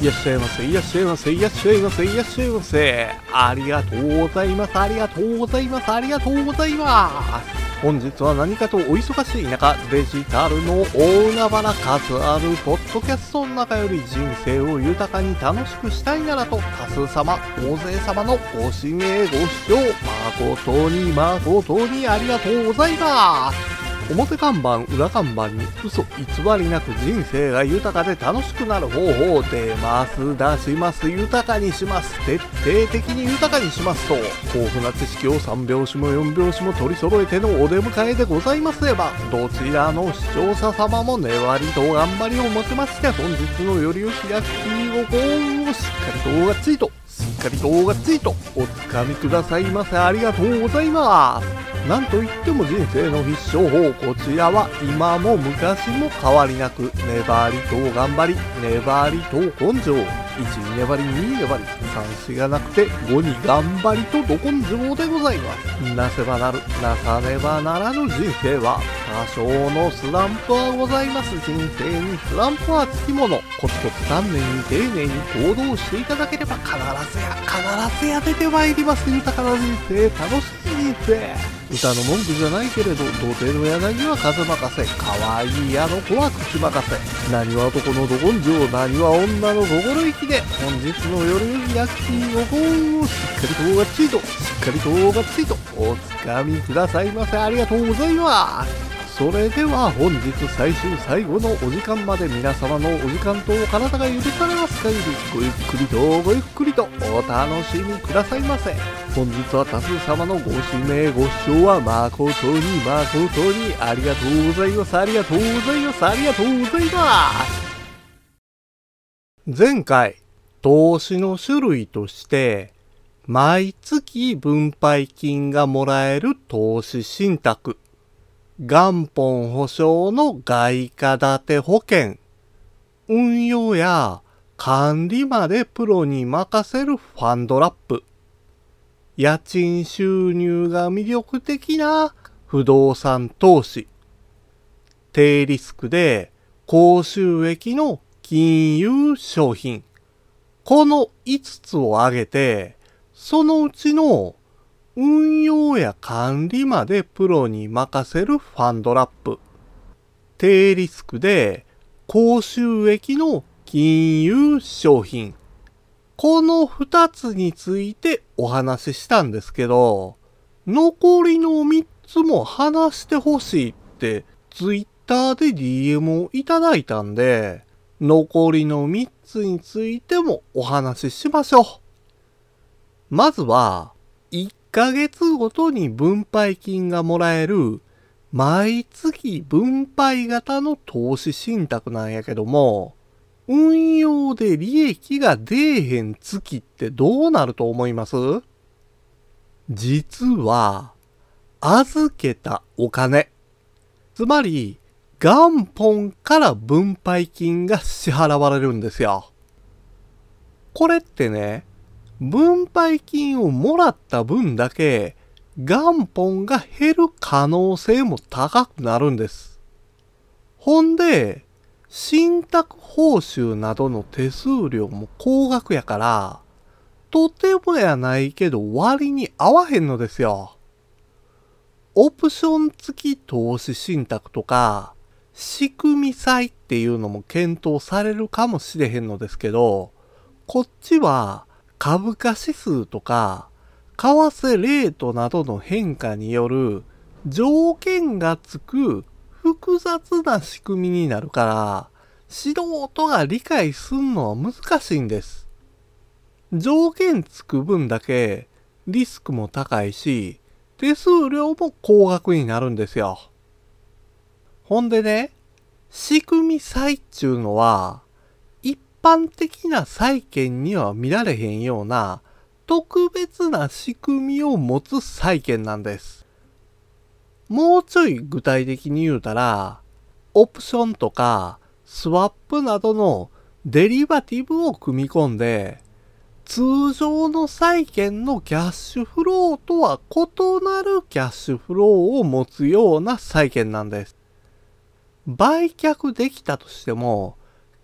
いらっしゃいませ、いらっしゃいませ、いらっしゃいませ、いらっしゃいませ。ありがとうございます、ありがとうございます、ありがとうございます。本日は何かとお忙しい中、デジタルの大海原数あるポッドキャストの中より人生を豊かに楽しくしたいならと、多数様、大勢様のご指名ご視聴、誠にありがとうございます。表看板裏看板に嘘偽りなく人生が豊かで楽しくなる方法出ます出します豊かにします徹底的に豊かにしますと豊富な知識を3拍子も4拍子も取り揃えてのお出迎えでございますれば、どちらの視聴者様も粘りと頑張りをもちまして本日のよりを開きご幸運をしっかりとがっちりとおつかみくださいませ。ありがとうございます。なんといっても人生の必勝法、こちらは今も昔も変わりなく粘りと頑張り、粘りと根性、1に粘り2に粘り3しがなくて5に頑張りとど根性でございます。なせばなる、なさねばならぬ人生は多少のスランプはございます。人生にスランプはつきもの。コツコツ丹念に丁寧に行動していただければ必ずや出てまいります。豊かな人生、楽しい人生。歌の文句じゃないけれど、土手の柳は風任せ、可愛いあの子は口任せ。何は男のど根性、何は女の心意気で、本日の夜開きご幸運をしっかりとがっちりとおつかみくださいませ。ありがとうございます。それでは本日最終最後のお時間まで皆様のお時間とお体が許されます限りごゆっくりとお楽しみくださいませ。本日は多数様のご指名ご視聴は誠にありがとうございます。ありがとうございます。ありがとうございます。前回投資の種類として毎月分配金がもらえる投資信託、元本保証の外貨建て保険、運用や管理までプロに任せるファンドラップ、家賃収入が魅力的な不動産投資、低リスクで高収益の金融商品、この5つを挙げて、そのうちの運用や管理までプロに任せるファンドラップ、低リスクで高収益の金融商品、この2つについてお話ししたんですけど、残りの3つも話してほしいってツイッターで DM をいただいたんで、残りの3つについてもお話ししましょう。まずは1ヶ月ごとに分配金がもらえる毎月分配型の投資信託なんやけども、運用で利益が出えへん月ってどうなると思います？実は預けたお金、つまり元本から分配金が支払われるんですよ。これってね、分配金をもらった分だけ元本が減る可能性も高くなるんです。ほんで、信託報酬などの手数料も高額やから、とてもやないけど割に合わへんのですよ。オプション付き投資信託とか、仕組み債っていうのも検討されるかもしれへんのですけど、こっちは株価指数とか、為替レートなどの変化による条件がつく複雑な仕組みになるから、素人が理解すんのは難しいんです。条件つく分だけリスクも高いし、手数料も高額になるんですよ。ほんでね、仕組み債っちゅうのは、一般的な債券には見られへんような特別な仕組みを持つ債券なんです。もうちょい具体的に言うたら、オプションとかスワップなどのデリバティブを組み込んで、通常の債券のキャッシュフローとは異なるキャッシュフローを持つような債券なんです。売却できたとしても、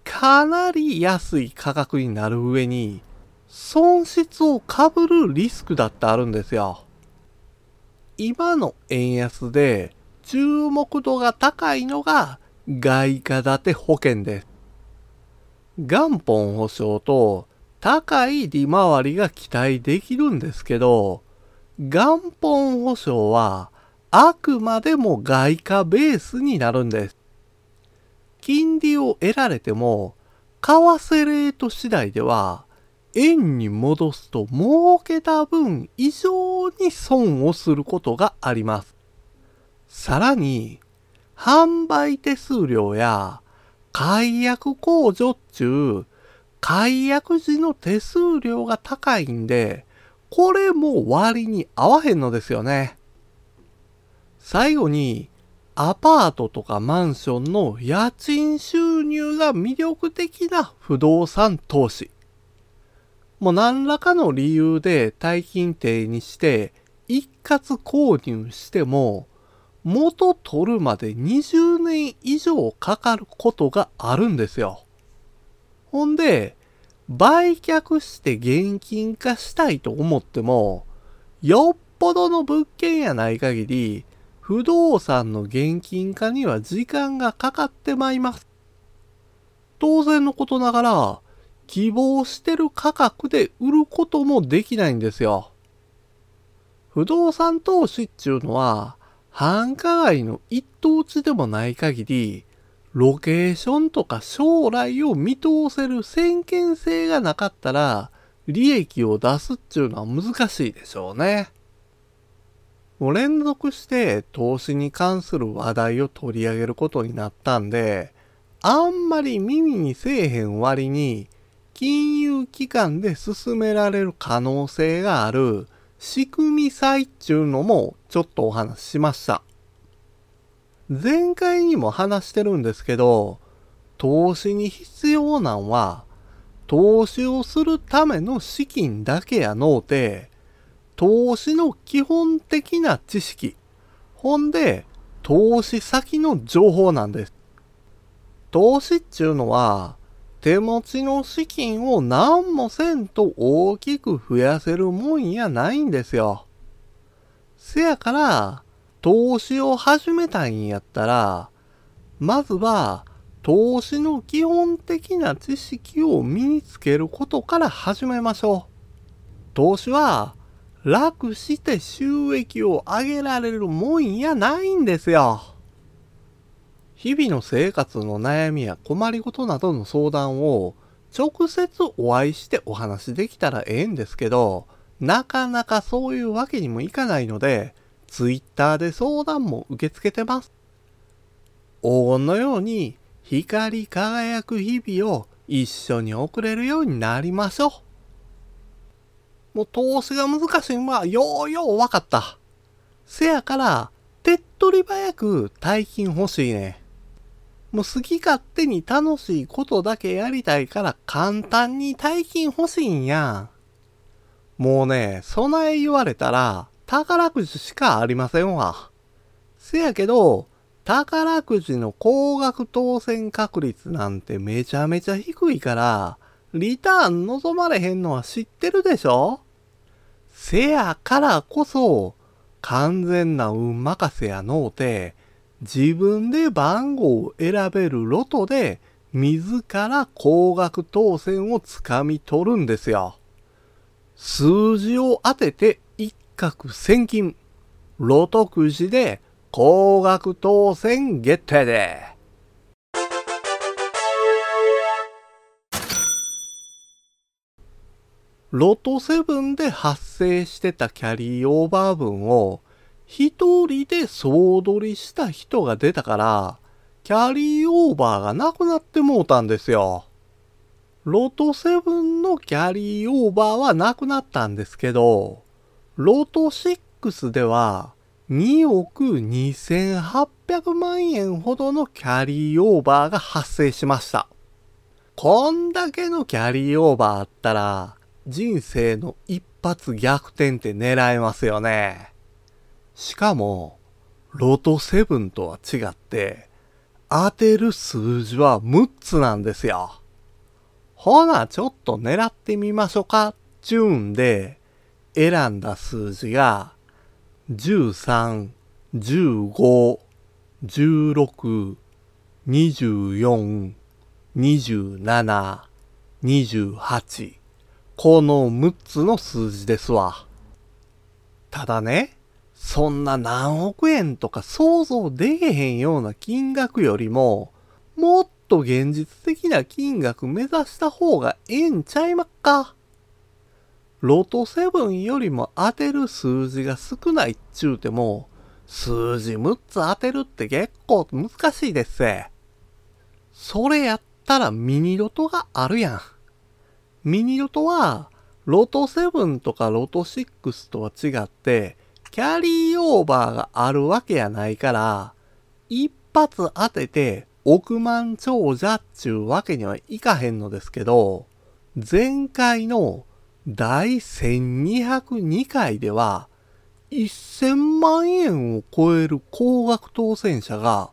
かなり安い価格になる上に、損失を被るリスクだってあるんですよ。今の円安で注目度が高いのが外貨建て保険です。元本保証と高い利回りが期待できるんですけど、元本保証はあくまでも外貨ベースになるんです。金利を得られても、為替レート次第では、円に戻すと儲けた分以上に損をすることがあります。さらに、販売手数料や解約控除中、解約時の手数料が高いんで、これも割に合わへんのですよね。最後に、アパートとかマンションの家賃収入が魅力的な不動産投資。もう何らかの理由で大金定にして一括購入しても元取るまで20年以上かかることがあるんですよ。ほんで、売却して現金化したいと思っても、よっぽどの物件やない限り、不動産の現金化には時間がかかってまいります。当然のことながら、希望してる価格で売ることもできないんですよ。不動産投資っていうのは、繁華街の一等地でもない限り、ロケーションとか将来を見通せる先見性がなかったら、利益を出すっていうのは難しいでしょうね。もう連続して投資に関する話題を取り上げることになったんで、あんまり耳にせえへん割に、金融機関で進められる可能性がある仕組み債っていうのもちょっとお話ししました。前回にも話してるんですけど、投資に必要なんは、投資をするための資金だけやのうて、投資の基本的な知識、ほんで、投資先の情報なんです。投資っていうのは、手持ちの資金を何もせんと大きく増やせるもんやないんですよ。せやから、投資を始めたいんやったら、まずは、投資の基本的な知識を身につけることから始めましょう。投資は、楽して収益を上げられるもんやないんですよ。日々の生活の悩みや困りごとなどの相談を直接お会いしてお話できたらええんですけど、なかなかそういうわけにもいかないので、Twitter で相談も受け付けてます。黄金のように光り輝く日々を一緒に送れるようになりましょう。もう投資が難しいのはようようわかった。せやから、手っ取り早く大金欲しいね。もう好き勝手に楽しいことだけやりたいから簡単に大金欲しいんや。もうね、備え言われたら宝くじしかありませんわ。せやけど、宝くじの高額当選確率なんてめちゃめちゃ低いから、リターン望まれへんのは知ってるでしょ？せやからこそ、完全な運任せやのうて、自分で番号を選べるロトで、自ら高額当選をつかみ取るんですよ。数字を当てて一攫千金。ロトくじで高額当選決定で。ロト7で発生してたキャリーオーバー分を一人で総取りした人が出たから、キャリーオーバーがなくなってもうたんですよ。ロト7のキャリーオーバーはなくなったんですけど、ロト6では2億2800万円ほどのキャリーオーバーが発生しました。こんだけのキャリーオーバーあったら、人生の一発逆転って狙えますよね。しかも、ロト7とは違って、 当てる数字は6つなんですよ。ほな、ちょっと狙ってみましょうか。ちゅうんで、選んだ数字が、13、15、16、24、27、28。この6つの数字ですわ。ただね、そんな何億円とか想像できへんような金額よりも、もっと現実的な金額目指した方がええんちゃいまっか。ロト7よりも当てる数字が少ないっちゅうても、数字6つ当てるって結構難しいですせ。それやったらミニロトがあるやん。ミニロトは、ロト7とかロト6とは違って、キャリーオーバーがあるわけやないから、一発当てて億万長者っちゅうわけにはいかへんのですけど、前回の第1202回では、1000万円を超える高額当選者が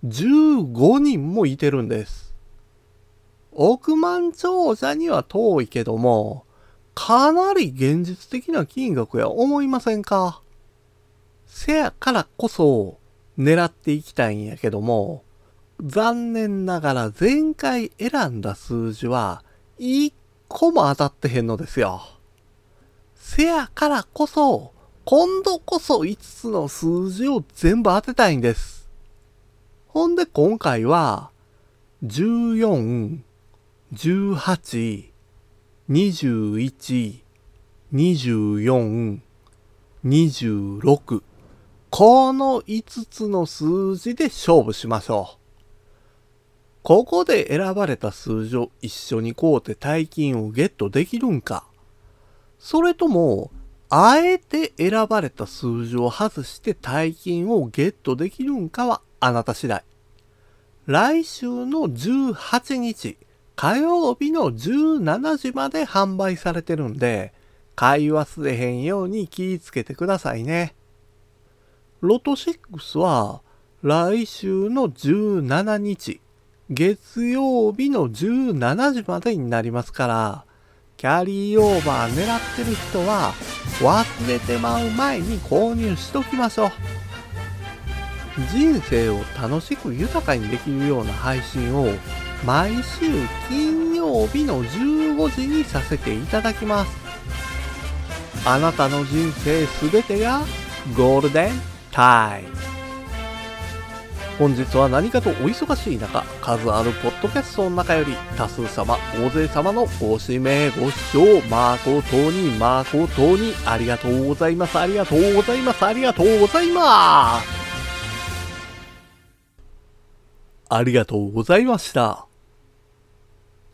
15人もいてるんです。億万長者には遠いけども、かなり現実的な金額や思いませんか？せやからこそ狙っていきたいんやけども、残念ながら前回選んだ数字は1個も当たってへんのですよ。せやからこそ、今度こそ5つの数字を全部当てたいんです。ほんで今回は、14、18、21、24、26、この5つの数字で勝負しましょう。ここで選ばれた数字を一緒に買うて大金をゲットできるんか、それとも、あえて選ばれた数字を外して大金をゲットできるんかはあなた次第。来週の18日、火曜日の17時まで販売されてるんで、買い忘れへんように気ぃつけてくださいね。ロト6は来週の17日、月曜日の17時までになりますから、キャリーオーバー狙ってる人は忘れてまう前に購入しときましょう。人生を楽しく豊かにできるような配信を毎週金曜日の15時にさせていただきます。あなたの人生すべてがゴールデンタイム。本日は何かとお忙しい中、数あるポッドキャストの中より多数様、大勢様のご指名ご視聴誠にありがとうございます。ありがとうございます。ありがとうございます。ありがとうございました。